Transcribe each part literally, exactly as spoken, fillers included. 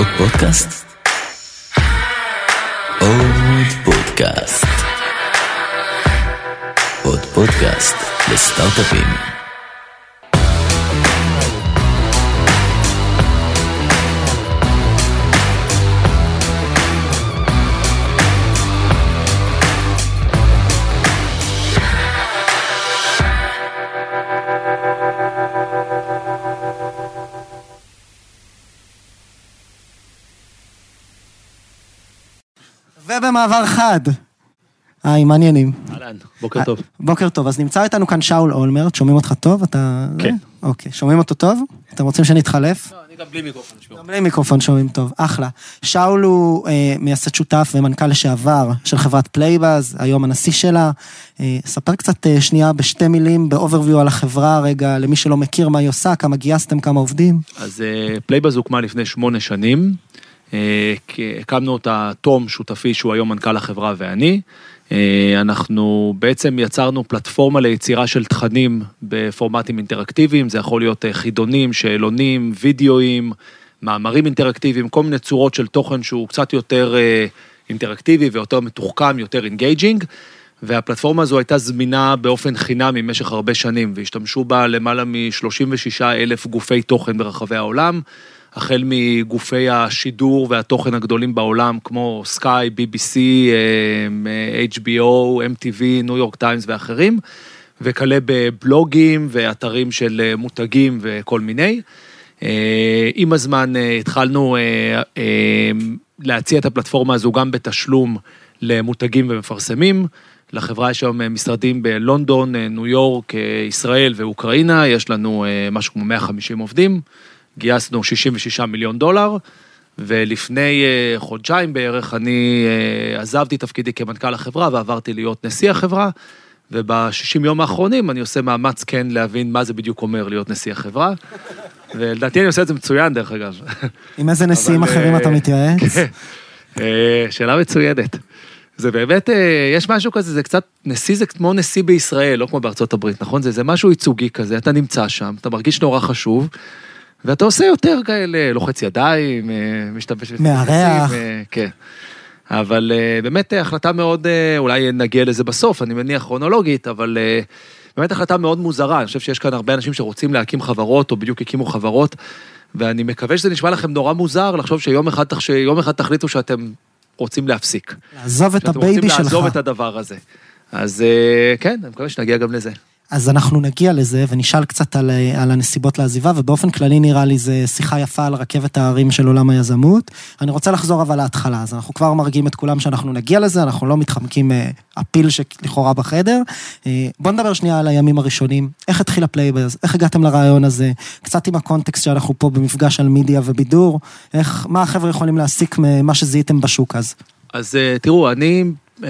עוד פודקאסט? עוד פודקאסט. עוד פודקאסט לסטארט-אפים. ובמעבר חד. היי, מעניינים. אהלן, בוקר טוב. בוקר טוב, אז נמצא איתנו כאן שאול אולמרט, שומעים אותך טוב? אתה... כן. אוקיי, שומעים אותו טוב? אתם רוצים שנתחלף? לא, אני גם בלי מיקרופון שומעים. גם בלי מיקרופון שומעים טוב, אחלה. שאול הוא אה, מייסד שותף ומנכ"ל לשעבר של חברת פלייבאז, היום הנשיא שלה. אה, ספר קצת אה, שנייה בשתי מילים, באוברוויו על החברה, רגע, למי שלא מכיר מה היא עושה, כמה גייסתם, כמה עובדים. אז אה, פלייבאז הוקמה לפני שמונה שנים, הקמנו אותה תום שותפי שהוא היום מנכ"ל החברה ואני, אנחנו בעצם יצרנו פלטפורמה ליצירה של תכנים בפורמטים אינטראקטיביים, זה יכול להיות חידונים, שאלונים, וידאוים, מאמרים אינטראקטיביים, כל מיני צורות של תוכן שהוא קצת יותר אינטראקטיבי ויותר מתוחכם, יותר אינגייג'ינג, והפלטפורמה הזו הייתה זמינה באופן חינם במשך הרבה שנים, והשתמשו בה למעלה מ-שלושים ושישה אלף גופי תוכן ברחבי העולם, החל מגופי השידור והתוכן הגדולים בעולם, כמו סקאי, בי בי סי, אייץ' בי או, אם טי וי, ניו יורק טיימס ואחרים, וכלה בבלוגים ואתרים של מותגים וכל מיני. עם הזמן התחלנו להציע את הפלטפורמה הזו גם בתשלום למותגים ומפרסמים, לחברה יש היום משרדים בלונדון, ניו יורק, ישראל ואוקראינה, יש לנו משהו כמו מאה וחמישים עובדים, גייסנו שישים ושישה מיליון דולר, ולפני חודשיים בערך אני עזבתי תפקידי כמנכ"ל החברה, ועברתי להיות נשיא החברה, ובשישים יום האחרונים אני עושה מאמץ כן להבין מה זה בדיוק אומר להיות נשיא החברה, ולדעתי אני עושה את זה מצוין דרך אגב. עם איזה נשיאים אחרים אתה מתייעץ? שאלה מצוינת. זה באמת, יש משהו כזה, זה קצת, נשיא זה כמו נשיא בישראל, לא כמו בארצות הברית, נכון? זה, זה משהו ייצוגי כזה, אתה נמצא שם, אתה מרגיש נורא חשוב, ואתה עושה יותר כאלה, לוחץ ידיים, משתמש... מערך. כן. אבל באמת החלטה מאוד, אולי נגיע לזה בסוף, אני מניח כרונולוגית, אבל באמת החלטה מאוד מוזרה, אני חושב שיש כאן הרבה אנשים שרוצים להקים חברות, או בדיוק הקימו חברות, ואני מקווה שזה נשמע לכם נורא מוזר, לחשוב שיום אחד, שיום אחד תחליטו שאתם רוצים להפסיק. לעזוב את הבייבי שלך. שאתם רוצים לעזוב את הדבר הזה. אז כן, אני מקווה שנגיע גם לזה. אז אנחנו נגיע לזה ונשאל קצת על, על הנסיבות לעזיבה, ובאופן כללי נראה לי זה שיחה יפה על רכבת הערים של עולם היזמות. אני רוצה לחזור אבל להתחלה, אז אנחנו כבר מרגיעים את כולם שאנחנו נגיע לזה, אנחנו לא מתחמקים הפיל שלכאורה בחדר. בוא נדבר שנייה על הימים הראשונים, איך התחיל הפלייבאז, איך הגעתם לרעיון הזה, קצת עם הקונטקסט שאנחנו פה במפגש על מידיה ובידור, איך, מה החבר'ה יכולים להסיק ממה שזיהיתם בשוק אז? אז תראו, אני...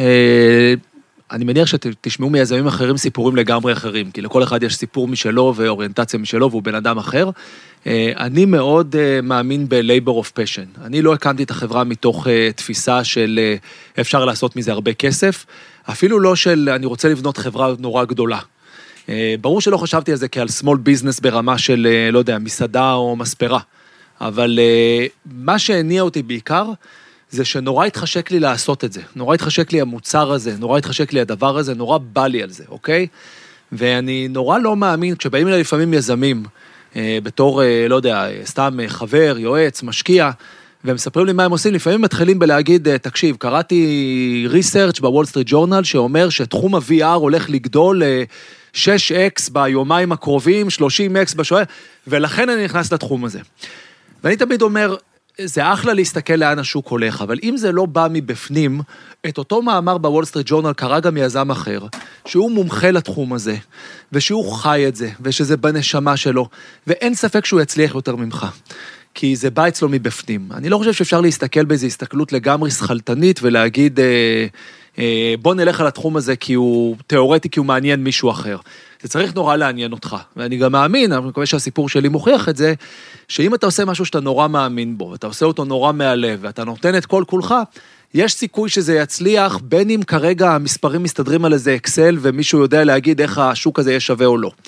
אני מניח שתשמעו מיזמים אחרים סיפורים לגמרי אחרים, כי לכל אחד יש סיפור משלו ואוריינטציה משלו, והוא בן אדם אחר. אני מאוד מאמין ב-labor of passion. אני לא הקמתי את החברה מתוך תפיסה של אפשר לעשות מזה הרבה כסף, אפילו לא של אני רוצה לבנות חברה נורא גדולה. ברור שלא חשבתי על זה כעל small business ברמה של, לא יודע, מסעדה או מספרה, אבל מה שהניע אותי בעיקר, זה שנורא התחשק לי לעשות את זה, נורא התחשק לי המוצר הזה, נורא התחשק לי הדבר הזה, נורא בא לי על זה, אוקיי? ואני נורא לא מאמין, כשבאים אליי לפעמים יזמים, אה, בתור, אה, לא יודע, סתם חבר, יועץ, משקיע, והם מספרים לי מה הם עושים, לפעמים מתחילים בלהגיד, אה, תקשיב, קראתי ריסרצ' בוול סטריט ג'ורנל, שאומר שתחום ה-וי אר הולך לגדול ל-שש אקס ביומיים הקרובים, שלושים אקס בשוער, ולכן אני נכנס לתחום הזה. ואני תמיד אומר, זה אחלה להסתכל לאן השוק הולך, אבל אם זה לא בא מבפנים, את אותו מאמר בוול סטריט ג'ורנל קרא גם יזם אחר, שהוא מומחה לתחום הזה, ושהוא חי את זה, ושזה בנשמה שלו, ואין ספק שהוא יצליח יותר ממך, כי זה בא אצלו מבפנים. אני לא חושב שאפשר להסתכל באיזו הסתכלות לגמרי שכלתנית, ולהגיד, אה, אה, בוא נלך על התחום הזה, כי הוא תיאורטי, כי הוא מעניין מישהו אחר. זה צריך נורא לעניין אותך, ואני גם מאמין, אני מקווה שהסיפור שלי מוכיח את זה, שאם אתה עושה משהו שאתה נורא מאמין בו, ואתה עושה אותו נורא מהלב, ואתה נותן את כל כולך, יש סיכוי שזה יצליח, בין אם כרגע המספרים מסתדרים על איזה אקסל, ומישהו יודע להגיד איך השוק הזה יהיה שווה או לא.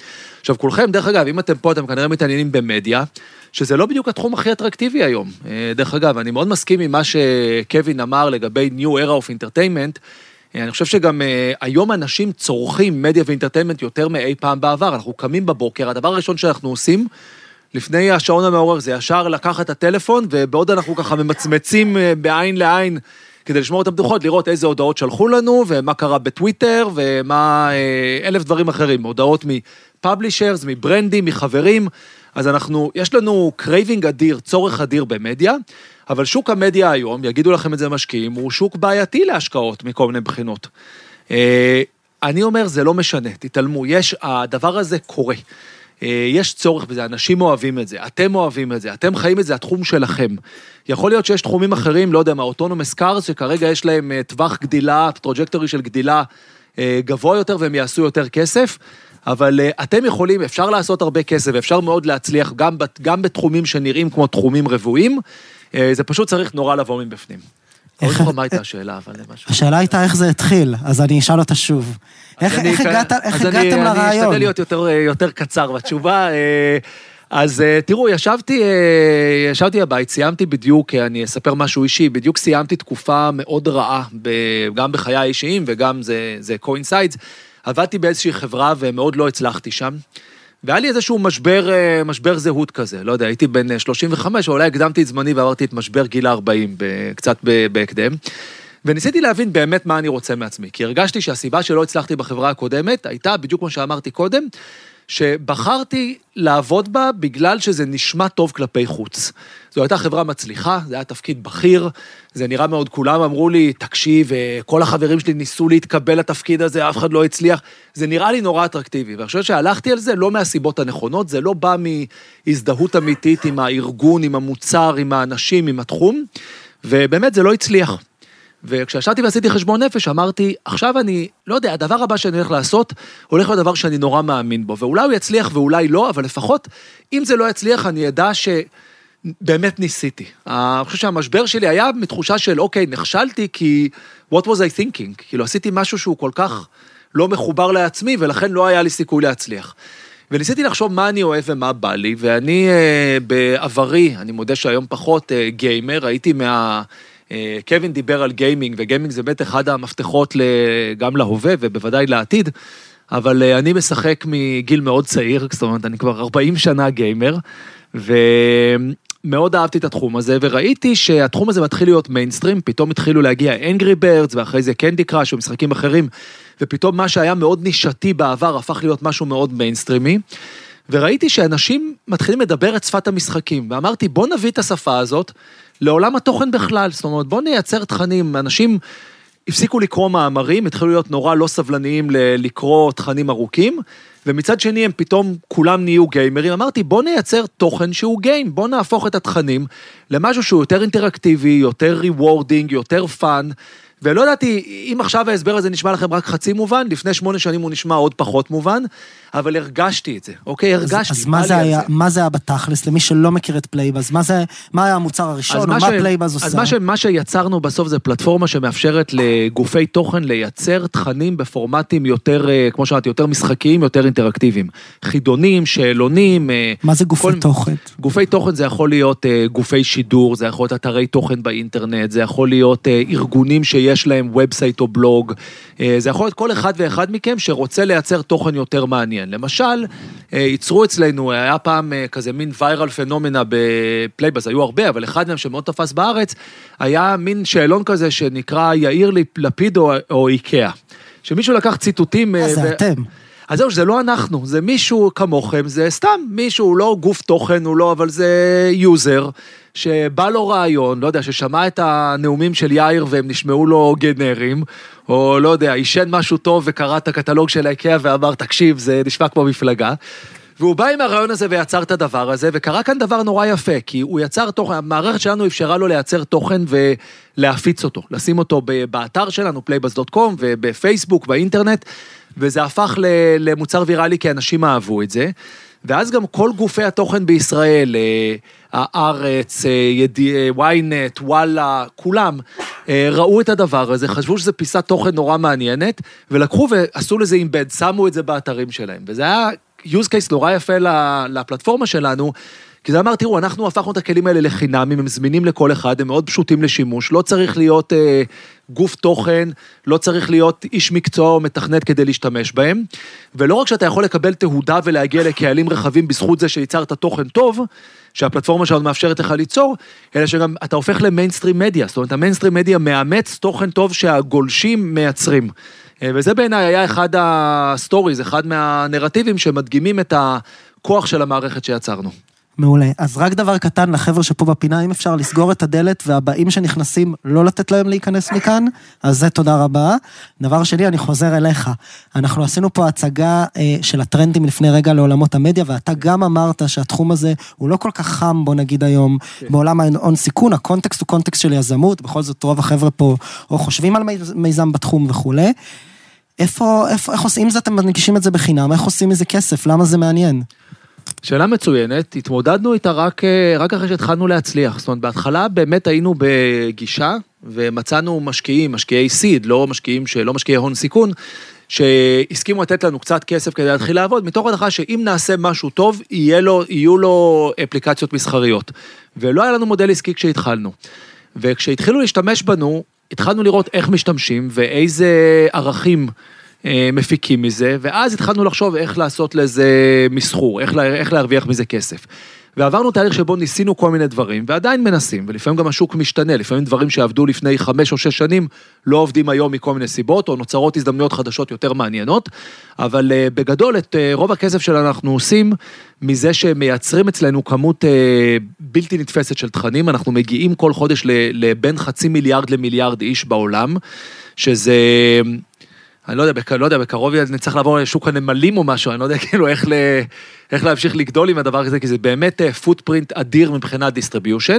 עכשיו, כולכם, דרך אגב, אם אתם פה, אתם כנראה מתעניינים במדיה, שזה לא בדיוק התחום הכי אטרקטיבי היום. דרך אגב, אני מאוד מסכים עם מה שקווין אמר לגבי New Era of Entertainment, אני חושב שגם היום אנשים צורכים מדיה ואינטרטיימנט יותר מאי פעם בעבר, אנחנו קמים בבוקר, הדבר הראשון שאנחנו עושים, לפני השעון המעורר, זה ישר לקחת את הטלפון, ובעוד אנחנו ככה ממצמצים בעין לעין, כדי לשמור את הבטוחות, לראות איזה הודעות שלחו לנו, ומה קרה בטוויטר, ומה אלף דברים אחרים, הודעות מפאבלישרס, מברנדים, מחברים, אז אנחנו, יש לנו קרייבינג אדיר, צורך אדיר במדיה, אבל שוק המדיה היום, יגידו לכם את זה משקיעים, הוא שוק בעייתי להשקעות מכל מיני בחינות. אני אומר, זה לא משנה, תתעלמו, יש, הדבר הזה קורה. יש צורך בזה, אנשים אוהבים את זה, אתם אוהבים את זה, אתם חיים את זה, התחום שלכם. יכול להיות שיש תחומים אחרים, לא יודע, מהאוטונומוס קארס, שכרגע יש להם טווח גדילה, טרוג'קטורי של גדילה גבוה יותר, והם יעשו יותר כסף, אבל אתם יכולים, אפשר לעשות הרבה כסף, אפשר מאוד להצליח גם, גם בתחומים שנראים כמו תחומים רבועים, זה פשוט צריך נורא לבוא מבפנים. אני לא זוכר מה הייתה השאלה, אבל למשהו. השאלה הייתה איך זה התחיל, אז אני אשאל אותה שוב. איך הגעתם לרעיון? אני אשתדל להיות יותר קצר בתשובה. אז תראו, ישבתי, ישבתי הבית, סיימתי בדיוק, אני אספר משהו אישי, בדיוק סיימתי תקופה מאוד רעה, גם בחיי האישיים וגם זה coincides, עבדתי באיזושהי חברה ומאוד לא הצלחתי שם, והיה לי איזשהו משבר, משבר זהות כזה, לא יודע, הייתי בן שלושים וחמש, או אולי הקדמתי את זמני ועברתי את משבר גיל ארבעים, קצת בהקדם, וניסיתי להבין באמת מה אני רוצה מעצמי, כי הרגשתי שהסיבה שלא הצלחתי בחברה הקודמת, הייתה בדיוק כמו שאמרתי קודם, שבחרתי לעבוד בה בגלל שזה נשמע טוב כלפי חוץ. זו הייתה חברה מצליחה, זה היה תפקיד בכיר, זה נראה מאוד, כולם אמרו לי, תקשיב, כל החברים שלי ניסו להתקבל לתפקיד הזה, אף אחד לא הצליח, זה נראה לי נורא אטרקטיבי, ואני חושב שהלכתי על זה לא מהסיבות הנכונות, זה לא בא מהזדהות אמיתית עם הארגון, עם המוצר, עם האנשים, עם התחום, ובאמת זה לא הצליח. וכששאלתי ועשיתי חשבון נפש, אמרתי, עכשיו אני, לא יודע, הדבר הבא שאני הולך לעשות, הולך לדבר שאני נורא מאמין בו, ואולי הוא יצליח ואולי לא, אבל לפחות, אם זה לא יצליח, אני ידע שבאמת ניסיתי. אני חושב שהמשבר שלי היה מתחושה של, אוקיי, נכשלתי, כי what was I thinking? כאילו, עשיתי משהו שהוא כל כך לא מחובר לעצמי, ולכן לא היה לי סיכוי להצליח. וניסיתי לחשוב מה אני אוהב ומה בא לי, ואני בעברי, אני מודה שהיום פחות גיימר, הייתי מה... קווין דיבר על גיימינג, וגיימינג זה בית אחד המפתחות גם להווה ובוודאי לעתיד, אבל אני משחק מגיל מאוד צעיר, זאת אומרת, אני כבר ארבעים שנה גיימר, ומאוד אהבתי את התחום הזה, וראיתי שהתחום הזה מתחיל להיות מיינסטרים, פתאום התחילו להגיע Angry Birds, ואחרי זה Candy Crush ומשחקים אחרים, ופתאום מה שהיה מאוד נישתי בעבר, הפך להיות משהו מאוד מיינסטרימי, וראיתי שאנשים מתחילים לדבר את שפת המשחקים, ואמרתי, בוא נביא את השפה הזאת, לעולם התוכן בכלל, זאת אומרת, בוא נייצר תכנים, אנשים הפסיקו לקרוא מאמרים, התחילו להיות נורא לא סבלניים לקרוא תכנים ארוכים, ומצד שני הם פתאום כולם נהיו גיימרים, אמרתי בוא נייצר תוכן שהוא גיים, בוא נהפוך את התכנים למשהו שהוא יותר אינטראקטיבי, יותר ריוורדינג, יותר פאן, ולא ידעתי, אם עכשיו ההסבר הזה נשמע לכם רק חצי מובן, לפני שמונה שנים הוא נשמע עוד פחות מובן, אבל הרגשתי את זה, אוקיי? הרגשתי. אז, אז מה זה היה, מה זה היה בתכלס, למי שלא מכיר את פלייבאז, מה זה, מה היה המוצר הראשון, או מה, מה פלייבאז עושה? אז מה, ש, מה שיצרנו בסוף זה פלטפורמה שמאפשרת לגופי תוכן לייצר תכנים בפורמטים יותר, כמו שאמרתי, יותר משחקיים, יותר אינטראקטיביים. חידונים, שאלונים. מה זה גופי כל, תוכן? גופי תוכן זה יכול להיות גופי שידור, זה יכול להיות אתרי תוכן באינטרנט, זה יכול להיות ארגונים שיש להם ובסייט או בלוג, זה יכול להיות כל אחד ואחד מכם שרוצה לייצר תוכן יותר מעניין. למשל, ייצרו אצלנו, היה פעם כזה מין ויירל פנומנה בפלייבאז, היו הרבה, אבל אחד מהם שמאוד תפס בארץ, היה מין שאלון כזה שנקרא יאיר לפיד או, או איקאה. שמישהו לקח ציטוטים... אז זה ו... אתם. אז זהו, זה לא אנחנו, זה מישהו כמוכם, זה סתם מישהו, הוא לא גוף תוכן, הוא לא, אבל זה יוזר, שבא לו רעיון, לא יודע, ששמע את הנאומים של יאיר והם נשמעו לו גנרים, או לא יודע, ישן משהו טוב וקרא את הקטלוג של איקאה ואמר, תקשיב, זה נשמע כמו מפלגה, והוא בא עם הרעיון הזה ויצר את הדבר הזה, וקרה כאן דבר נורא יפה, כי הוא יצר תוכן, המערכת שלנו אפשרה לו לייצר תוכן ולהפיץ אותו, לשים אותו באתר שלנו, פלייבאז דוט קום, ובפייסבוק, באינטרנט, וזה הפך למוצר ויראלי כי אנשים אהבו את זה, ואז גם כל גופי התוכן בישראל, הארץ, וויינט, וואלה, כולם ראו את הדבר הזה, חשבו שזה פיסת תוכן נורא מעניינת, ולקחו ועשו לזה אימבד, שמו את זה באתרים שלהם, וזה היה use case נורא יפה לפלטפורמה שלנו, כי זה אמר, תראו, אנחנו הפכנו את הכלים האלה לחינמים, הם זמינים לכל אחד, הם מאוד פשוטים לשימוש, לא צריך להיות אה, גוף תוכן, לא צריך להיות איש מקצוע או מתכנת כדי להשתמש בהם, ולא רק שאתה יכול לקבל תהודה ולהגיע לקהלים רחבים בזכות זה שייצרת תוכן טוב, שהפלטפורמה שלנו מאפשרת לך ליצור, אלא שגם אתה הופך למיינסטרים מדיה, זאת אומרת, המיינסטרים מדיה מאמץ תוכן טוב שהגולשים מייצרים, וזה בעיניי היה אחד הסטוריז, אחד מהנרטיבים שמדגימים את הכוח של המערכת שיצרנו. מעולה. אז רק דבר קטן לחבר'ה שפה בפינה, אם אפשר לסגור את הדלת והבאים שנכנסים, לא לתת להם להיכנס מכאן, אז זה תודה רבה. דבר שני, אני חוזר אליך. אנחנו עשינו פה הצגה אה, של הטרנדים לפני רגע לעולמות המדיה, ואתה גם אמרת שהתחום הזה הוא לא כל כך חם, בוא נגיד היום, okay. בעולם ההון סיכון, הקונטקסט הוא קונטקסט של יזמות, בכל זאת רוב החבר'ה פה או חושבים על מיזם בתחום וכו'. איפה, איפה, איך עושים זה? אתם מנגישים את זה בחינם, איך עושים איזה כסף? למה זה מעניין? שאלה מצוינת, התמודדנו איתה רק, רק אחרי שהתחלנו להצליח, זאת אומרת, בהתחלה באמת היינו בגישה, ומצאנו משקיעים, משקיעי סיד, לא משקיעים שלא משקיעי הון סיכון, שהסכימו לתת לנו קצת כסף כדי להתחיל לעבוד, מתוך הנחה שאם נעשה משהו טוב, יהיה לו, יהיו לו אפליקציות מסחריות, ולא היה לנו מודל עסקי כשהתחלנו, וכשהתחילו להשתמש בנו, התחלנו לראות איך משתמשים, ואיזה ערכים מפיקים מזה, ואז התחלנו לחשוב איך לעשות לזה מסחור, איך, לה, איך להרוויח מזה כסף. ועברנו תהליך שבו ניסינו כל מיני דברים, ועדיין מנסים, ולפעמים גם השוק משתנה, לפעמים דברים שעבדו לפני חמש או שש שנים, לא עובדים היום מכל מיני סיבות, או נוצרות הזדמנויות חדשות יותר מעניינות, אבל uh, בגדול את uh, רוב הכסף שלנו אנחנו עושים, מזה שמייצרים אצלנו כמות uh, בלתי נתפסת של תכנים, אנחנו מגיעים כל חודש לבין חצי מיליארד למיליארד איש בעולם, שזה... אני לא יודע, לא יודע, בקרוב נצטרך לעבור לשוק הנמלים או משהו, אני לא יודע כאילו איך, ל, איך להמשיך לגדול עם הדבר הזה, כי זה באמת פוטפרינט אדיר מבחינת דיסטריביושן,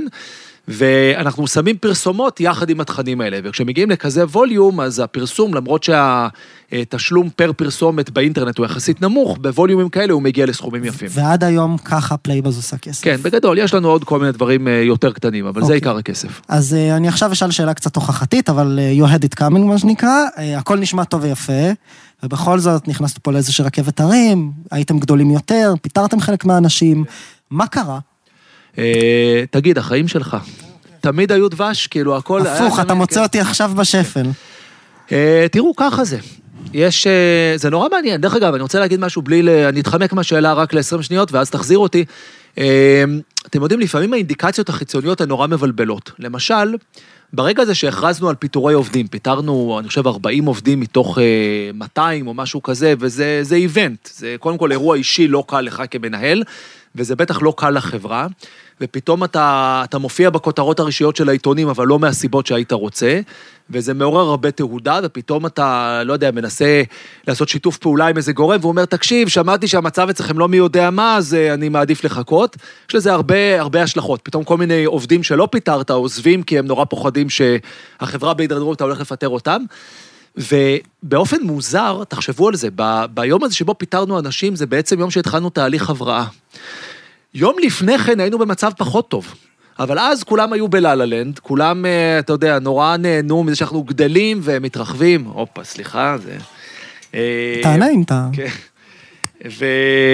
ואנחנו שמים פרסומות יחד עם התכנים האלה, וכשמגיעים לכזה ווליום, אז הפרסום, למרות שהתשלום פר פרסומת באינטרנט הוא יחסית נמוך, בווליומים כאלה הוא מגיע לסכומים יפים. ועד היום ככה פלייבאז עושה כסף. כן, בגדול, יש לנו עוד כל מיני דברים יותר קטנים, אבל זה עיקר הכסף. אז אני עכשיו אשאל שאלה קצת הוכחתית, אבל you had it coming, מה שנקרא, הכל נשמע טוב ויפה, ובכל זאת נכנסנו פה לאיזושהי רכבת הרים, הייתם גדולים יותר, פיתרתם חלק מהאנשים, מה קרה? תגיד, החיים שלך. תמיד היו דבש, כאילו הכל... הפוך, אתה מוצא אותי עכשיו בשפל. תראו, ככה זה. יש, זה נורא מעניין. דרך אגב, אני רוצה להגיד משהו בלי, אני אתחמק מהשאלה רק ל-עשרים שניות, ואז תחזיר אותי. אתם יודעים, לפעמים האינדיקציות החיצוניות הן נורא מבלבלות. למשל, ברגע הזה שהכרזנו על פיטורי עובדים, פיטרנו, אני חושב, ארבעים עובדים מתוך מאתיים או משהו כזה, וזה זה איבנט. זה קודם כל אירוע אישי לא קל לך כמנהל, וזה בטח לא קל לחברה, ופתאום אתה, אתה מופיע בכותרות הראשיות של העיתונים, אבל לא מהסיבות שהיית רוצה, וזה מעורר הרבה תהודה, ופתאום אתה, לא יודע, מנסה לעשות שיתוף פעולה עם איזה גורם, והוא אומר, תקשיב, שמעתי שהמצב אצלכם לא מי יודע מה, אז אני מעדיף לחכות. יש לזה הרבה, הרבה השלכות. פתאום כל מיני עובדים שלא פיטרת, עוזבים, כי הם נורא פוחדים שהחברה בהידרדרות, אתה הולך לפטר אותם. ובאופן מוזר, תחשבו על זה, ב- ביום הזה שבו פיטרנו אנשים, זה בעצם יום שהתחלנו תהליך הבראה. יום לפני כן היינו במצב פחות טוב, אבל אז כולם היו בללה-לנד, כולם, אתה יודע, נורא נהנו מזה שאנחנו גדלים ומתרחבים, אופה, סליחה, זה... תענה אם אתה... כן. ו...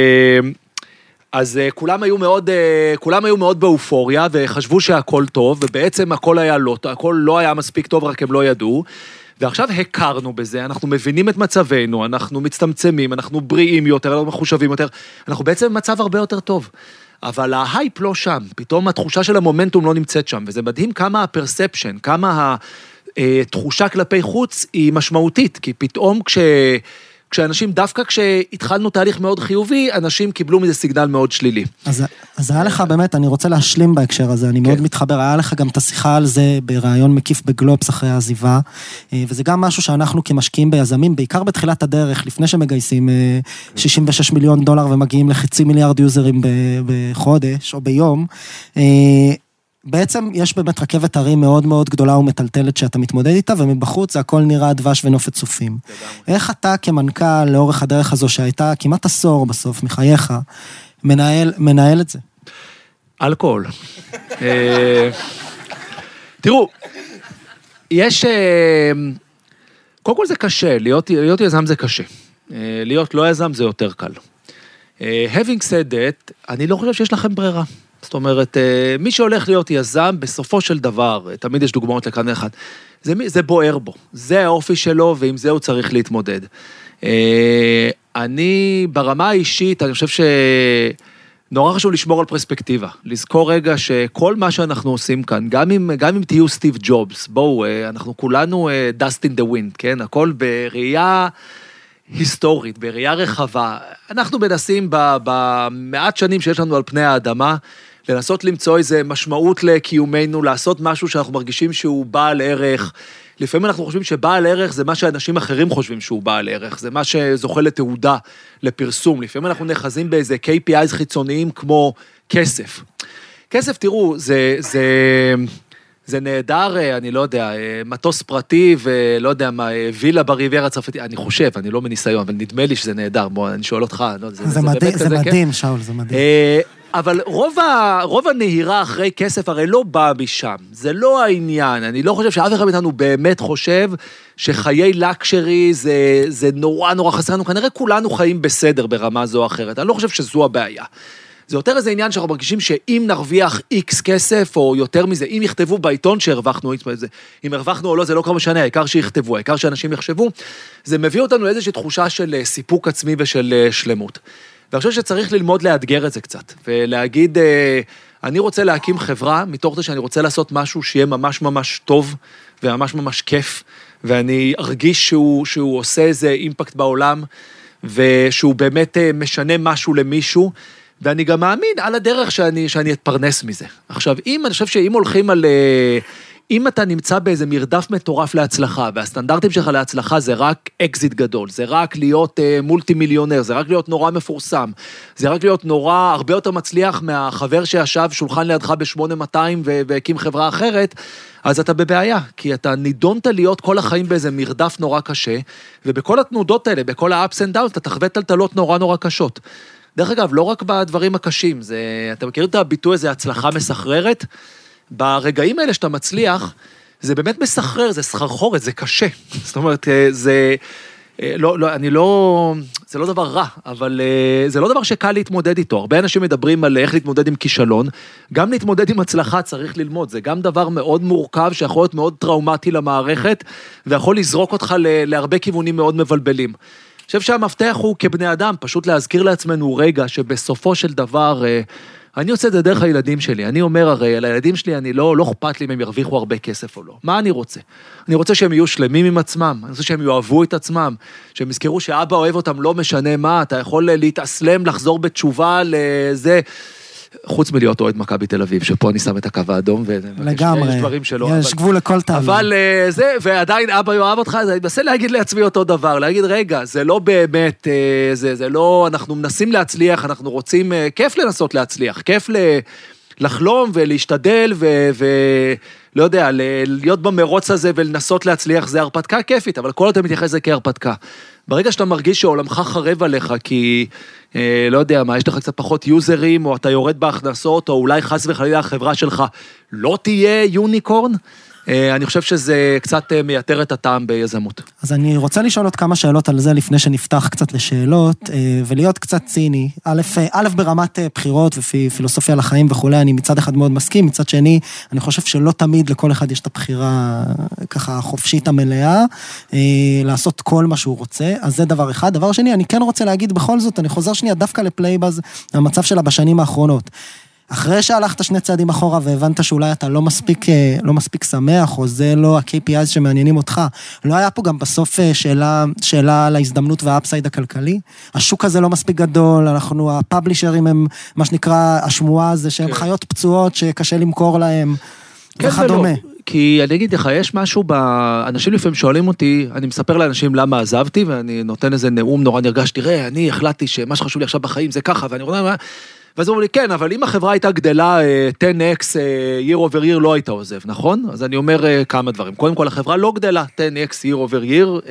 אז כולם היו מאוד, כולם היו מאוד באופוריה, וחשבו שהכל טוב, ובעצם הכל היה לא, הכל לא היה מספיק טוב, רק הם לא ידעו, ועכשיו הכרנו בזה, אנחנו מבינים את מצבנו, אנחנו מצטמצמים, אנחנו בריאים יותר, אנחנו מחושבים יותר, אנחנו בעצם במצב הרבה יותר טוב. אבל ההייפ לא שם, פתאום התחושה של המומנטום לא נמצאת שם, וזה מדהים כמה הפרספשן, כמה התחושה כלפי חוץ היא משמעותית, כי פתאום כש... כשאנשים, דווקא כשהתחלנו תהליך מאוד חיובי, אנשים קיבלו מזה סיגנל מאוד שלילי. אז, אז היה לך באמת, אני רוצה להשלים בהקשר הזה, אני מאוד מתחבר, היה לך גם את השיחה על זה ברעיון מקיף בגלובס אחרי העזיבה, וזה גם משהו שאנחנו כמשקיעים ביזמים, בעיקר בתחילת הדרך, לפני שמגייסים שישים ושש מיליון דולר ומגיעים לחצי מיליארד יוזרים בחודש או ביום, בעצם יש באמת רכבת הרים מאוד מאוד גדולה ומטלטלת שאתה מתמודד איתה, ומבחוץ זה הכל נראה דבש ונופת צופים. איך אתה כמנכ"ל לאורך הדרך הזו שהייתה כמעט עשור בסוף מחייך, מנהל, מנהל את זה? אלכוהול. תראו, יש, קודם כל זה קשה, להיות, להיות יזם זה קשה. להיות לא יזם זה יותר קל. Having said that, אני לא חושב שיש לכם ברירה. זאת אומרת, מי שהולך להיות יזם, בסופו של דבר, תמיד יש דוגמאות לכאן אחד, זה, זה בוער בו, זה האופי שלו, ועם זה הוא צריך להתמודד. אני, ברמה האישית, אני חושב ש... נורא חשוב לשמור על פרספקטיבה, לזכור רגע שכל מה שאנחנו עושים כאן, גם אם, גם אם תהיו סטיב ג'ובס, בואו, אנחנו כולנו dust in the wind, כן? הכל בראייה היסטורית, בראייה רחבה. אנחנו מנסים במעט שנים שיש לנו על פני האדמה, לנסות למצוא איזה משמעות לקיומנו, לעשות משהו שאנחנו מרגישים שהוא בעל ערך. לפעמים אנחנו חושבים שבעל ערך זה מה שאנשים אחרים חושבים שהוא בעל ערך, זה מה שזוכה לתעודה, לפרסום. לפעמים אנחנו נחזים באיזה קיי פי איז חיצוניים כמו כסף. כסף, תראו, זה, זה, זה נהדר, אני לא יודע, מטוס פרטי ולא יודע מה, וילה בריביירה הצרפתית, אני חושב, אני לא מניסיון, אבל נדמה לי שזה נהדר, בוא, אני שואל אותך. לא, זה, זה, זה, מדהים, זה זה מדהים, כן? שאול, זה מדהים. אבל רוב, ה, רוב הנהירה אחרי כסף הרי לא בא משם, זה לא העניין, אני לא חושב שאף אחד מאיתנו באמת חושב שחיי לקשרי זה, זה נורא נורא חסרנו, כנראה כולנו חיים בסדר ברמה זו או אחרת, אני לא חושב שזו הבעיה. זה יותר איזה עניין שאנחנו מרגישים שאם נרוויח איקס כסף, או יותר מזה, אם יכתבו בעיתון שהרווחנו, אם הרווחנו או לא, זה לא כל משנה, העיקר שיכתבו, העיקר שאנשים יחשבו, זה מביא אותנו לאיזושהי תחושה של סיפוק עצמי ושל שלמות. ואני חושב שצריך ללמוד לאתגר את זה קצת, ולהגיד, אני רוצה להקים חברה, מתוך זה שאני רוצה לעשות משהו שיהיה ממש ממש טוב, וממש ממש כיף, ואני ארגיש שהוא, שהוא עושה איזה אימפקט בעולם, ושהוא באמת משנה משהו למישהו, ואני גם מאמין על הדרך שאני, שאני אתפרנס מזה. עכשיו, אם, אני חושב שאם הולכים על... אם אתה נמצא באיזה מרדף מטורף להצלחה, והסטנדרטים שלך להצלחה זה רק אקזיט גדול, זה רק להיות אה, מולטי מיליונר, זה רק להיות נורא מפורסם, זה רק להיות נורא, הרבה יותר מצליח מהחבר שישב שולחן לידך ב-שמונה מאתיים והקים חברה אחרת, אז אתה בבעיה, כי אתה נידונת להיות כל החיים באיזה מרדף נורא קשה, ובכל התנודות האלה, בכל ה-ups and downs, אתה תחווה טלטלות נורא נורא קשות. דרך אגב, לא רק בדברים הקשים, זה, אתה מכיר את הביטוי הזה, הצלחה מסחררת? ברגעים האלה שאתה מצליח, זה באמת מסחרר, זה סחרחורת, זה קשה. זאת אומרת, זה, לא, לא, אני לא, זה לא דבר רע, אבל זה לא דבר שקל להתמודד איתו. הרבה אנשים מדברים על איך להתמודד עם כישלון, גם להתמודד עם הצלחה צריך ללמוד, זה גם דבר מאוד מורכב, שיכול להיות מאוד טראומטי למערכת, ויכול לזרוק אותך להרבה כיוונים מאוד מבלבלים. אני חושב שהמפתח הוא כבני אדם, פשוט להזכיר לעצמנו רגע, שבסופו של דבר, אני עושה את זה דרך הילדים שלי, אני אומר הרי, על הילדים שלי אני לא, לא אכפת לי אם הם ירוויחו הרבה כסף או לא. מה אני רוצה? אני רוצה שהם יהיו שלמים עם עצמם, אני רוצה שהם יאהבו את עצמם, שהם יזכרו שאבא אוהב אותם לא משנה מה, אתה יכול להתאסלם, לחזור בתשובה לזה, חוץ מלהיות אוהד מכבי תל אביב, שפה אני שם את הקו האדום, לגמרי, יש דברים שלא, יש גבול לכל תאמין. אבל זה, ועדיין אבא יאהב אותך, אז אני מנסה להגיד לעצמי אותו דבר, להגיד, רגע, זה לא באמת, זה, זה לא, אנחנו מנסים להצליח, אנחנו רוצים, כיף לנסות להצליח, כיף לחלום ולהשתדל, ולא יודע, להיות במרוץ הזה ולנסות להצליח, זה הרפתקה כיפית, אבל כל אתה מתייחס זה כהרפתקה. ברגע שאתה מרגיש שעולמך חרב עליך, כי, אה, לא יודע מה, יש לך קצת פחות יוזרים, או אתה יורד בהכנסות, או אולי חס וחלילה החברה שלך לא תהיה יוניקורן, אה, אני חושב שזה קצת אה, מייתר את הטעם ביזמות. אז אני רוצה לשאול עוד כמה שאלות על זה, לפני שנפתח קצת לשאלות, אה, ולהיות קצת ציני. א', א', ברמת בחירות ופילוסופיה לחיים וכו', אני מצד אחד מאוד מסכים, מצד שני, אני חושב שלא תמיד לכל אחד יש את הבחירה ככה חופשית המלאה, אה, לעשות כל מה שהוא רוצה, אז זה דבר אחד. דבר שני, אני כן רוצה להגיד בכל זאת, אני חוזר שנייה דווקא לפלייבאז, המצב שלה בשנים האחרונות. אחרי שהלכת שני צעדים אחורה והבנת שאולי אתה לא מספיק, לא מספיק שמח, או זה לא ה-קיי פי איז שמעניינים אותך, לא היה פה גם בסוף שאלה, שאלה על ההזדמנות והאפסייד הכלכלי? השוק הזה לא מספיק גדול, אנחנו, הפאבלישרים הם, מה שנקרא, השמועה זה שהם חיות פצועות שקשה למכור להם, וכדומה. כי אני אגיד לך, יש משהו, אנשים לפעמים שואלים אותי, אני מספר לאנשים למה עזבתי, ואני נותן איזה נאום נורא נרגש, תראה, אני החלטתי שמה שחשוב לי עכשיו בחיים זה ככה, ואני רואה, ואז הוא אומר לי, כן, אבל אם החברה הייתה גדלה עשר אקס year over year, לא הייתה עוזב, נכון? אז אני אומר כמה דברים. קודם כל, החברה לא גדלה עשר אקס year over year,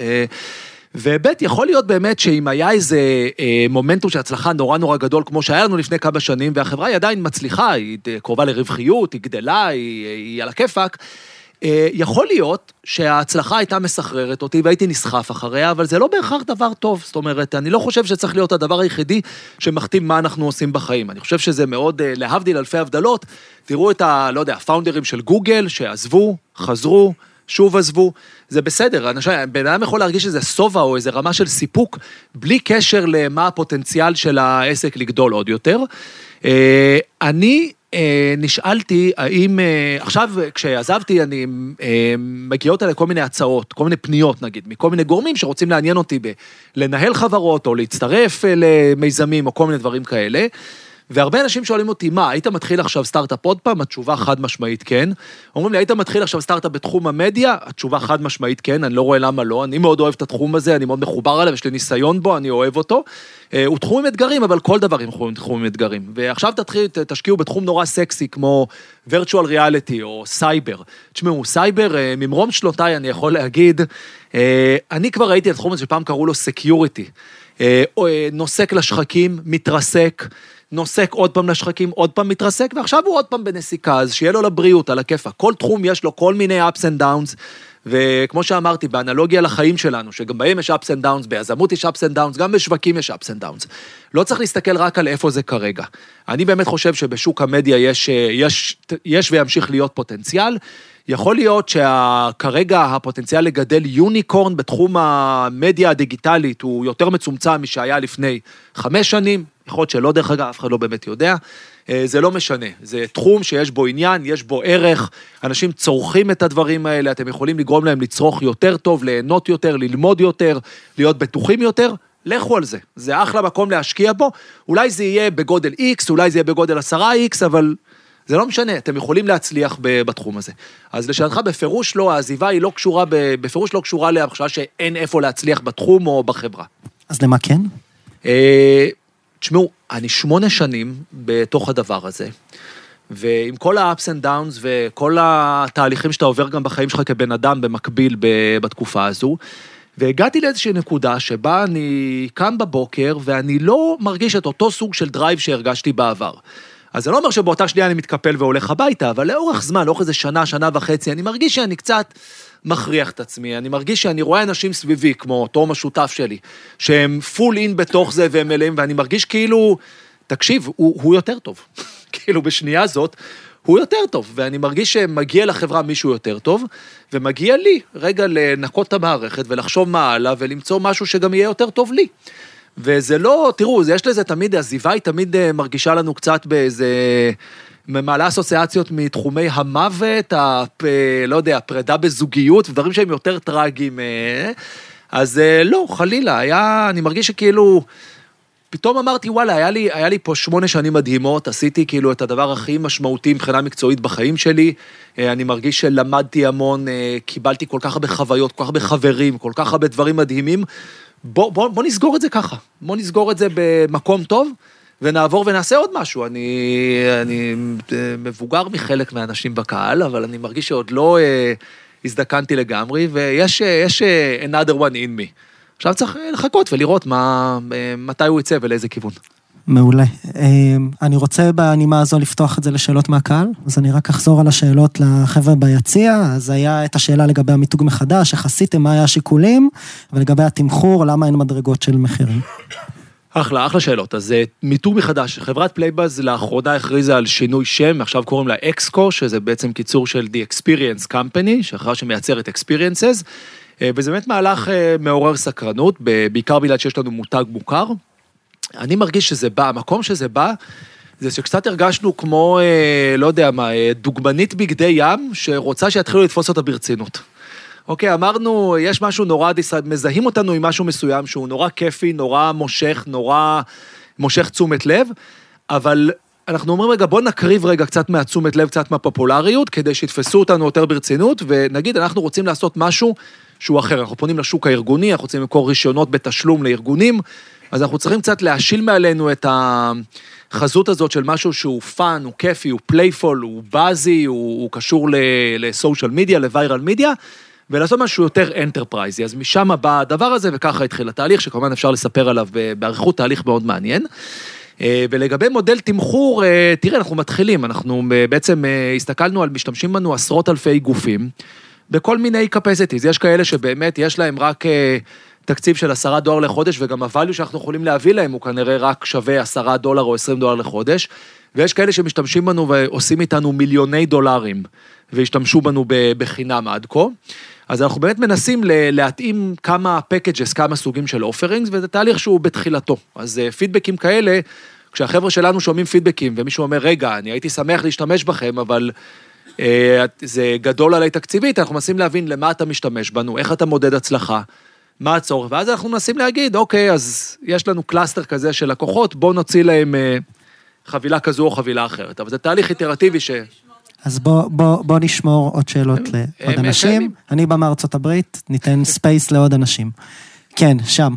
ובית יכול להיות באמת שאם היה איזה מומנטום של הצלחה נורא נורא גדול, כמו שהיה לנו לפני כמה שנים, והחברה היא עדיין מצליחה, היא קרובה לרווחיות, היא גדלה, היא, היא על הכיפק, יכול להיות שההצלחה הייתה מסחררת אותי והייתי נסחף אחריה, אבל זה לא בהכרח דבר טוב. זאת אומרת, אני לא חושב שצריך להיות הדבר היחידי שמכתיב מה אנחנו עושים בחיים. אני חושב שזה מאוד, להבדיל אלפי הבדלות, תראו את ה, לא יודע, הפאונדרים של גוגל שעזבו, חזרו, שוב עזבו, זה בסדר. בן אדם יכול להרגיש איזה סובה או איזה רמה של סיפוק, בלי קשר למה הפוטנציאל של העסק לגדול עוד יותר. אני נשאלתי, האם, עכשיו כשעזבתי, אני מגיעות עליי כל מיני הצעות, כל מיני פניות נגיד, מכל מיני גורמים שרוצים לעניין אותי בלנהל חברות, או להצטרף למיזמים, או כל מיני דברים כאלה, והרבה אנשים שואלים אותי, מה, היית מתחיל עכשיו סטארט-אפ עוד פעם? התשובה חד משמעית כן. אומרים לי, היית מתחיל עכשיו סטארט-אפ בתחום המדיה? התשובה חד משמעית כן, אני לא רואה למה לא, אני מאוד אוהב את התחום הזה, אני מאוד מחובר עליו, יש לי ניסיון בו, אני אוהב אותו. הוא תחום עם אתגרים, אבל כל דבר עם תחום עם אתגרים. ועכשיו תתחיל, תשקיעו בתחום נורא סקסי, כמו virtual reality או סייבר. תשמעו, סייבר, ממרום שנותיי אני יכול להגיד, אני כבר ראיתי את התחום הזה שפעם קראו לו security. נוסק לשחקים, מתרסק, נוסק עוד פעם לשחקים, עוד פעם מתרסק, ועכשיו הוא עוד פעם בנסיקה, אז שיהיה לו לבריאות, על הכיפה. כל תחום יש לו כל מיני ups and downs, וכמו שאמרתי, באנלוגיה לחיים שלנו, שגם בהם יש ups and downs, ביזמות יש ups and downs, גם בשווקים יש ups and downs. לא צריך להסתכל רק על איפה זה כרגע. אני באמת חושב שבשוק המדיה יש, יש, יש וימשיך להיות פוטנציאל, יכול להיות שכרגע הפוטנציאל לגדל יוניקורן בתחום המדיה הדיגיטלית הוא יותר מצומצם משהיה לפני חמש שנים, יכול להיות שלא דרך אגב, אף אחד לא באמת יודע, זה לא משנה, זה תחום שיש בו עניין, יש בו ערך, אנשים צורכים את הדברים האלה, אתם יכולים לגרום להם לצרוך יותר טוב, ליהנות יותר, ללמוד יותר, להיות בטוחים יותר, לכו על זה, זה אחלה מקום להשקיע בו, אולי זה יהיה בגודל X, אולי זה יהיה בגודל עשרה X, אבל זה לא משנה, אתם יכולים להצליח בתחום הזה. אז לשאלתך, בפירוש לא, העזיבה היא לא קשורה, בפירוש לא קשורה להחשבה שאין איפה להצליח בתחום או בחברה. אז למה כן? תשמעו, אני שמונה שנים בתוך הדבר הזה, ועם כל ה-ups and downs וכל התהליכים שאתה עובר גם בחיים שלך כבן אדם במקביל בתקופה הזו, והגעתי לאיזושהי נקודה שבה אני קם בבוקר ואני לא מרגיש את אותו סוג של דרייב שהרגשתי בעבר. אז זה לא אומר שבאותה שנייה אני מתקפל והולך הביתה, אבל לאורך זמן, לאורך איזה שנה, שנה וחצי, אני מרגיש שאני קצת מכריח את עצמי, אני מרגיש שאני רואה אנשים סביבי, כמו תום השותף שלי, שהם פול אין בתוך זה והם מלאים, ואני מרגיש כאילו, תקשיב, הוא, הוא יותר טוב. כאילו בשנייה הזאת, הוא יותר טוב, ואני מרגיש שמגיע לחברה מישהו יותר טוב, ומגיע לי רגע לנקות את המערכת ולחשוב מה הלאה, ולמצוא משהו שגם יהיה יותר טוב לי. וזה לא, תראו, יש לזה תמיד, הסביבה היא תמיד מרגישה לנו קצת באיזה, מעלה אסוציאציות מתחומי המוות, הפ, לא יודע, הפרידה בזוגיות, ודברים שהם יותר טרגיים, אז לא, חלילה, היה, אני מרגיש שכאילו, פתאום אמרתי, וואלה, היה לי, היה לי פה שמונה שנים מדהימות, עשיתי כאילו את הדבר הכי משמעותי מבחינה מקצועית בחיים שלי, אני מרגיש שלמדתי המון, קיבלתי כל כך הרבה חוויות, כל כך הרבה חברים, כל כך הרבה דברים מדהימים, בוא, בוא, בוא נסגור את זה ככה, בוא נסגור את זה במקום טוב, ונעבור ונעשה עוד משהו. אני, אני מבוגר מחלק מהאנשים בקהל, אבל אני מרגיש שעוד לא אה, הזדקנתי לגמרי, ויש יש, another one in me. עכשיו צריך לחכות ולראות מה, מתי הוא יצא ולאיזה כיוון. מעולה. אני רוצה בנימה הזו לפתוח את זה לשאלות מהקהל, אז אני רק אחזור על השאלות לחבר'ה ביציע, אז היה את השאלה לגבי המיתוג מחדש, איך עשיתם, מה היה השיקולים, ולגבי התמחור, למה אין מדרגות של מחירים. אחלה, אחלה שאלות. אז מיתוג מחדש, חברת פלייבאז לאחרונה הכריזה על שינוי שם, עכשיו קוראים לה אקסקו, שזה בעצם קיצור של The Experience Company, שאחר שמייצרת Experiences, וזה באמת מהלך מעורר סקרנות, בעיקר בגלל שיש לנו מותג מוכר. אני מרגיש שזה בא, המקום שזה בא, זה שקצת הרגשנו כמו, לא יודע מה, דוגמנית בגדי ים, שרוצה שיתחילו לתפוס אותה ברצינות. אוקיי, אמרנו, יש משהו נורא, מזהים אותנו עם משהו מסוים, שהוא נורא כיפי, נורא מושך, נורא מושך תשומת לב, אבל אנחנו אומרים רגע, בוא נקריב רגע קצת מהתשומת לב, קצת מהפופולריות, כדי שיתפסו אותנו יותר ברצינות, ונגיד, אנחנו רוצים לעשות משהו שהוא אחר, אנחנו פונים לשוק הארגוני, אנחנו רוצים למכור רישיונות בתשלום לארגונים, אז אנחנו צריכים קצת להשיל מעלינו את החזות הזאת של משהו שהוא פאן, הוא כיפי, הוא פלייפול, הוא בזי, הוא, הוא קשור לסושיאל מדיה, לוויירל מדיה, ולעשות משהו יותר אנטרפרייזי. אז משם בא הדבר הזה, וככה התחיל התהליך, שכמובן אפשר לספר עליו בעריכות תהליך מאוד מעניין. ולגבי מודל תמחור, תראה, אנחנו מתחילים, אנחנו בעצם הסתכלנו על משתמשים בנו עשרות אלפי גופים, בכל מיני capacities, יש כאלה שבאמת יש להם רק תקציב של עשרה דולר לחודש, וגם הvalue שאנחנו יכולים להביא להם, הוא כנראה רק שווה עשרה דולר או עשרים דולר לחודש, ויש כאלה שמשתמשים בנו ועושים איתנו מיליוני דולרים, והשתמשו בנו בחינם עד כה, אז אנחנו באמת מנסים להתאים כמה packages, כמה סוגים של offerings, וזה תהליך שהוא בתחילתו. אז פידבקים כאלה, כשהחבר'ה שלנו שומעים פידבקים, ומישהו אומר, רגע, אני הייתי שמח להשתמש בכם, אבל אה, זה גדול עליי תקציבית, אנחנו מנסים להבין למה אתה משתמש בנו, איך אתה מודד הצלחה, מה הצורך, ואז אנחנו מנסים להגיד, אוקיי, אז יש לנו קלאסטר כזה של לקוחות, בואו נוציא להם אה, חבילה כזו או חבילה אחרת, אבל זה תהליך איטרטיבי ש... אז בוא, בוא, בוא נשמור עוד שאלות לעוד אנשים. אני בא מארצות הברית, ניתן ספייס לעוד אנשים. כן, שם.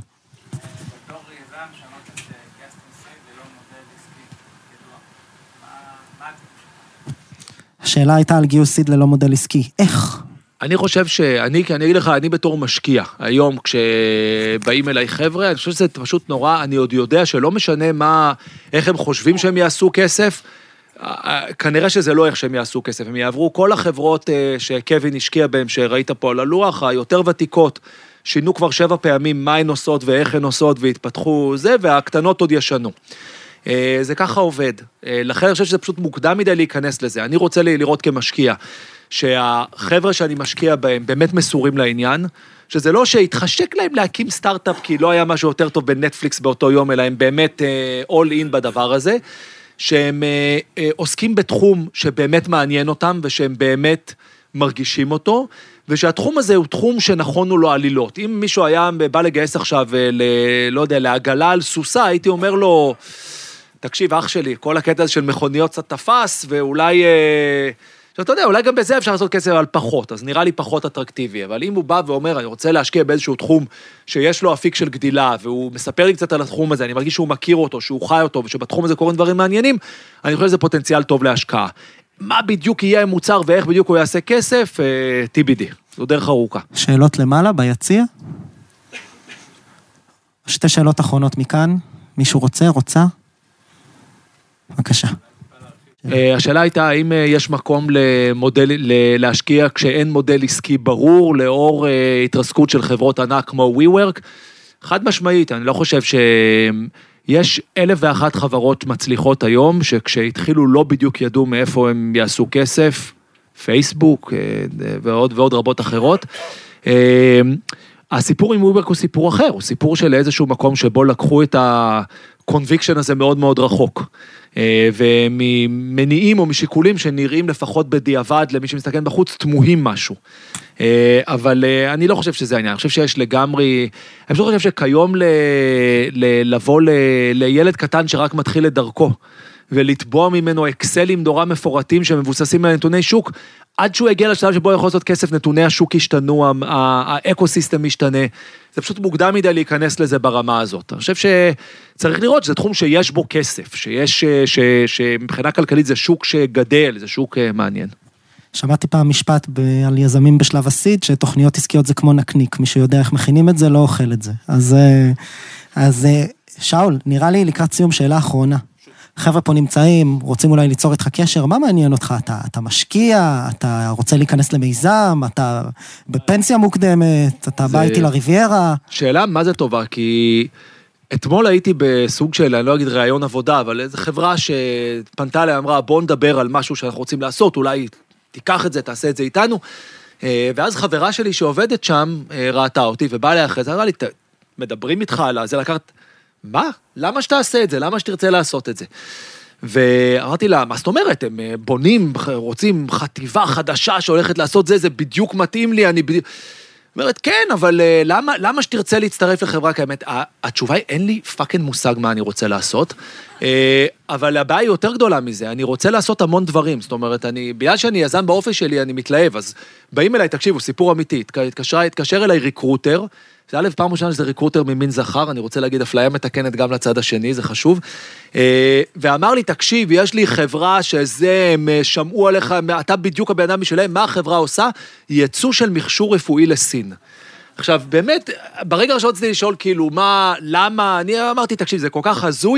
השאלה הייתה על גיוס סיד ללא מודל עסקי. איך? אני חושב שאני, אני אגיד לך, אני בתור משקיע, היום כשבאים אליי חבר'ה, אני חושב שזה פשוט נורא, אני עוד יודע שלא משנה מה, איך הם חושבים שהם יעשו כסף, כנראה שזה לא איך שהם יעשו כסף, הם יעברו כל החברות שקווין השקיע בהם, שראית פה על הלוח, היותר ותיקות, שינו כבר שבע פעמים מה הן עושות ואיך הן עושות, והתפתחו זה, והקטנות עוד ישנו. זה ככה עובד. לכן אני חושב שזה פשוט מוקדם מדי להיכנס לזה. אני רוצה לראות כמשקיע, שהחבר'ה שאני משקיע בהם באמת מסורים לעניין, שזה לא שהתחשק להם להקים סטארט-אפ, כי לא היה משהו יותר טוב בנטפליקס באותו יום, אלא הם באמת all in בדבר הזה, שהם עוסקים בתחום שבאמת מעניין אותם, ושהם באמת מרגישים אותו, ושהתחום הזה הוא תחום שנכונו לו עלילות. אם מישהו היה בא לגייס עכשיו, ל, לא יודע, להגלה על סוסה, הייתי אומר לו, תקשיב, אח שלי, כל הקטע הזה של מכוניות קצת תפס, ואולי, שאתה יודע, אולי גם בזה אפשר לעשות כסף על פחות, אז נראה לי פחות אטרקטיבי, אבל אם הוא בא ואומר, אני רוצה להשקיע באיזשהו תחום שיש לו אפיק של גדילה, והוא מספר לי קצת על התחום הזה, אני מרגיש שהוא מכיר אותו, שהוא חי אותו, ושבתחום הזה קורים דברים מעניינים, אני חושב שזה פוטנציאל טוב להשקעה. מה בדיוק יהיה המוצר ואיך בדיוק הוא יעשה כסף, טי בי די, זו דרך ארוכה. שאלות למעלה, ביציע? שתי שאלות אחרונות מכאן, מישהו רוצה, רוצה? בבקשה. השאלה הייתה, האם יש מקום למודל, להשקיע כשאין מודל עסקי ברור, לאור התרסקות של חברות ענק כמו WeWork? חד משמעית, אני לא חושב שיש אלף ואחת חברות מצליחות היום, שכשהתחילו לא בדיוק ידעו מאיפה הם יעשו כסף, פייסבוק ועוד ועוד רבות אחרות. הסיפור עם WeWork הוא סיפור אחר, הוא סיפור של איזשהו מקום שבו לקחו את הקונביקשן הזה מאוד מאוד רחוק. וממניעים או משיקולים שנראים לפחות בדיעבד למי שמסתכל בחוץ, תמוהים משהו. אבל אני לא חושב שזה העניין, אני חושב שיש לגמרי, אני חושב שכיום ל, ל, לבוא ל, לילד קטן שרק מתחיל את דרכו, ולטבוע ממנו אקסלים נורא מפורטים שמבוססים על נתוני שוק, עד שהוא יגיע לשלב שבו יכול לעשות כסף, נתוני השוק ישתנו, האקוסיסטם ישתנה, זה פשוט מוקדם מדי להיכנס לזה ברמה הזאת. אני חושב שצריך לראות שזה תחום שיש בו כסף, שיש, ש, שמבחינה כלכלית זה שוק שגדל, זה שוק מעניין. שמעתי פעם משפט ב- על יזמים בשלב הסיד, שתוכניות עסקיות זה כמו נקניק, מי שיודע איך מכינים את זה, לא אוכל את זה. אז, אז שאול, נראה לי לקראת סיום שאלה אחרונה. חבר'ה פה נמצאים, רוצים אולי ליצור איתך קשר, מה מעניין אותך? אתה, אתה משקיע, אתה רוצה להיכנס למיזם, אתה בפנסיה מוקדמת, אתה בא איתי לריביירה. שאלה, מה זה טובה? כי אתמול הייתי בסוג של, אני לא אגיד רעיון עבודה, אבל איזו חברה שפנתה לה, אמרה, בוא נדבר על משהו שאנחנו רוצים לעשות, אולי תיקח את זה, תעשה את זה איתנו, ואז חברה שלי שעובדת שם, ראתה אותי, ובאה לה אחרי זה, אמרה לי, מדברים איתך על זה, לקחת, מה? למה שתעשה את זה? למה שתרצה לעשות את זה? ואמרתי לה, מה זאת אומרת? הם בונים, רוצים חטיבה חדשה שהולכת לעשות זה, זה בדיוק מתאים לי, אני בדיוק... אומרת, כן, אבל למה, למה שתרצה להצטרף לחברה קיימת? התשובה היא, אין לי פאקינג מושג מה אני רוצה לעשות, אבל הבעיה היא יותר גדולה מזה, אני רוצה לעשות המון דברים, זאת אומרת, אני, בגלל שאני יזם באופי שלי, אני מתלהב, אז באים אליי, תקשיבו, סיפור אמיתי, התקשר, התקשר אליי ריקרוטר, זה א' פעם ראשונה שזה ריקרוטר ממין זכר, אני רוצה להגיד, אפליה מתקנת גם לצד השני, זה חשוב, ואמר לי, תקשיב, יש לי חברה שזה, הם שמעו עליך, אתה בדיוק הבן אדם משלהם, מה החברה עושה? ייצוא של מכשור רפואי לסין. עכשיו, באמת, ברגע שרציתי לשאול, כאילו, מה, למה, אני אמרתי, תקשיב, זה כל כך הזוי,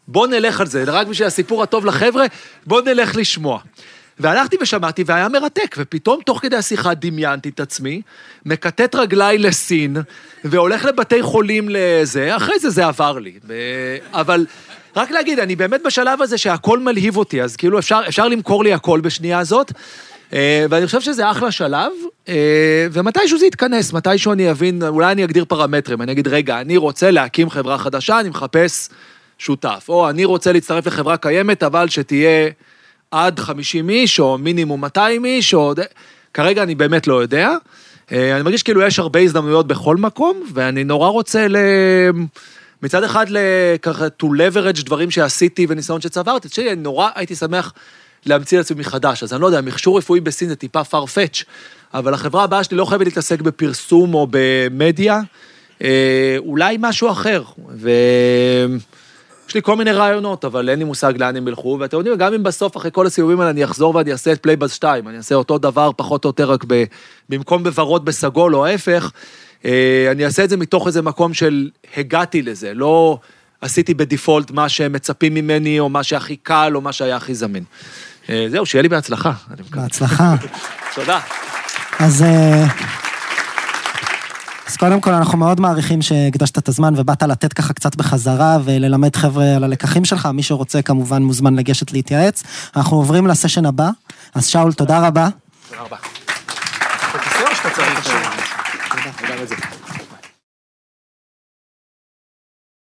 בוא נלך על זה, רק בשביל הסיפור הטוב לחבר'ה, בוא נלך לשמוע. והלכתי ושמעתי, והיה מרתק, ופתאום תוך כדי השיחה דמיינתי את עצמי, מקטט רגליי לסין, והולך לבתי חולים לזה, אחרי זה זה עבר לי. אבל רק להגיד, אני באמת בשלב הזה שהכל מלהיב אותי, אז כאילו אפשר, אפשר למכור לי הכל בשנייה הזאת, ואני חושב שזה אחלה שלב, ומתישהו זה יתכנס, מתישהו אני אבין, אולי אני אגדיר פרמטרים, אני אגיד, רגע, אני רוצה להקים חברה חדשה, אני מחפש שותף, או אני רוצה להצטרף לחברה קיימת, אבל שתהיה עד חמישים איש, או מינימום מאתיים איש, או... כרגע אני באמת לא יודע, אני מרגיש כאילו יש הרבה הזדמנויות בכל מקום, ואני נורא רוצה ל... מצד אחד, ככה, to leverage דברים שעשיתי וניסיון שצברתי, שאני נורא הייתי שמח להמציא לעצמי מחדש, אז אני לא יודע, מכשור רפואי בסין זה טיפה farfetch, אבל החברה הבאה שלי לא חייבת להתעסק בפרסום או במדיה, אולי משהו אחר, ויש לי כל מיני רעיונות, אבל אין לי מושג לאן הם ילכו, ואתם יודעים, גם אם בסוף אחרי כל הסיבובים האלה אני אחזור ואני אעשה את פלייבאז שתיים, אני אעשה אותו דבר פחות או יותר רק במקום בוורוד בסגול או ההפך, אני אעשה את זה מתוך איזה מקום של הגעתי לזה, לא עשיתי בדיפולט מה שמצפים ממני, או מה שהכי קל, או מה שהיה הכי זמין. זהו, שיהיה לי בהצלחה. בהצלחה. תודה. אז... אז קודם כל אנחנו מאוד מעריכים שהקדשת את הזמן ובאת לתת ככה קצת בחזרה וללמד חבר'ה על הלקחים שלך, מי שרוצה כמובן מוזמן לגשת להתייעץ. אנחנו עוברים לסשן הבא, אז שאול תודה רבה. תודה רבה. אתה תעשה או שאתה צריך? תודה. תודה רבה.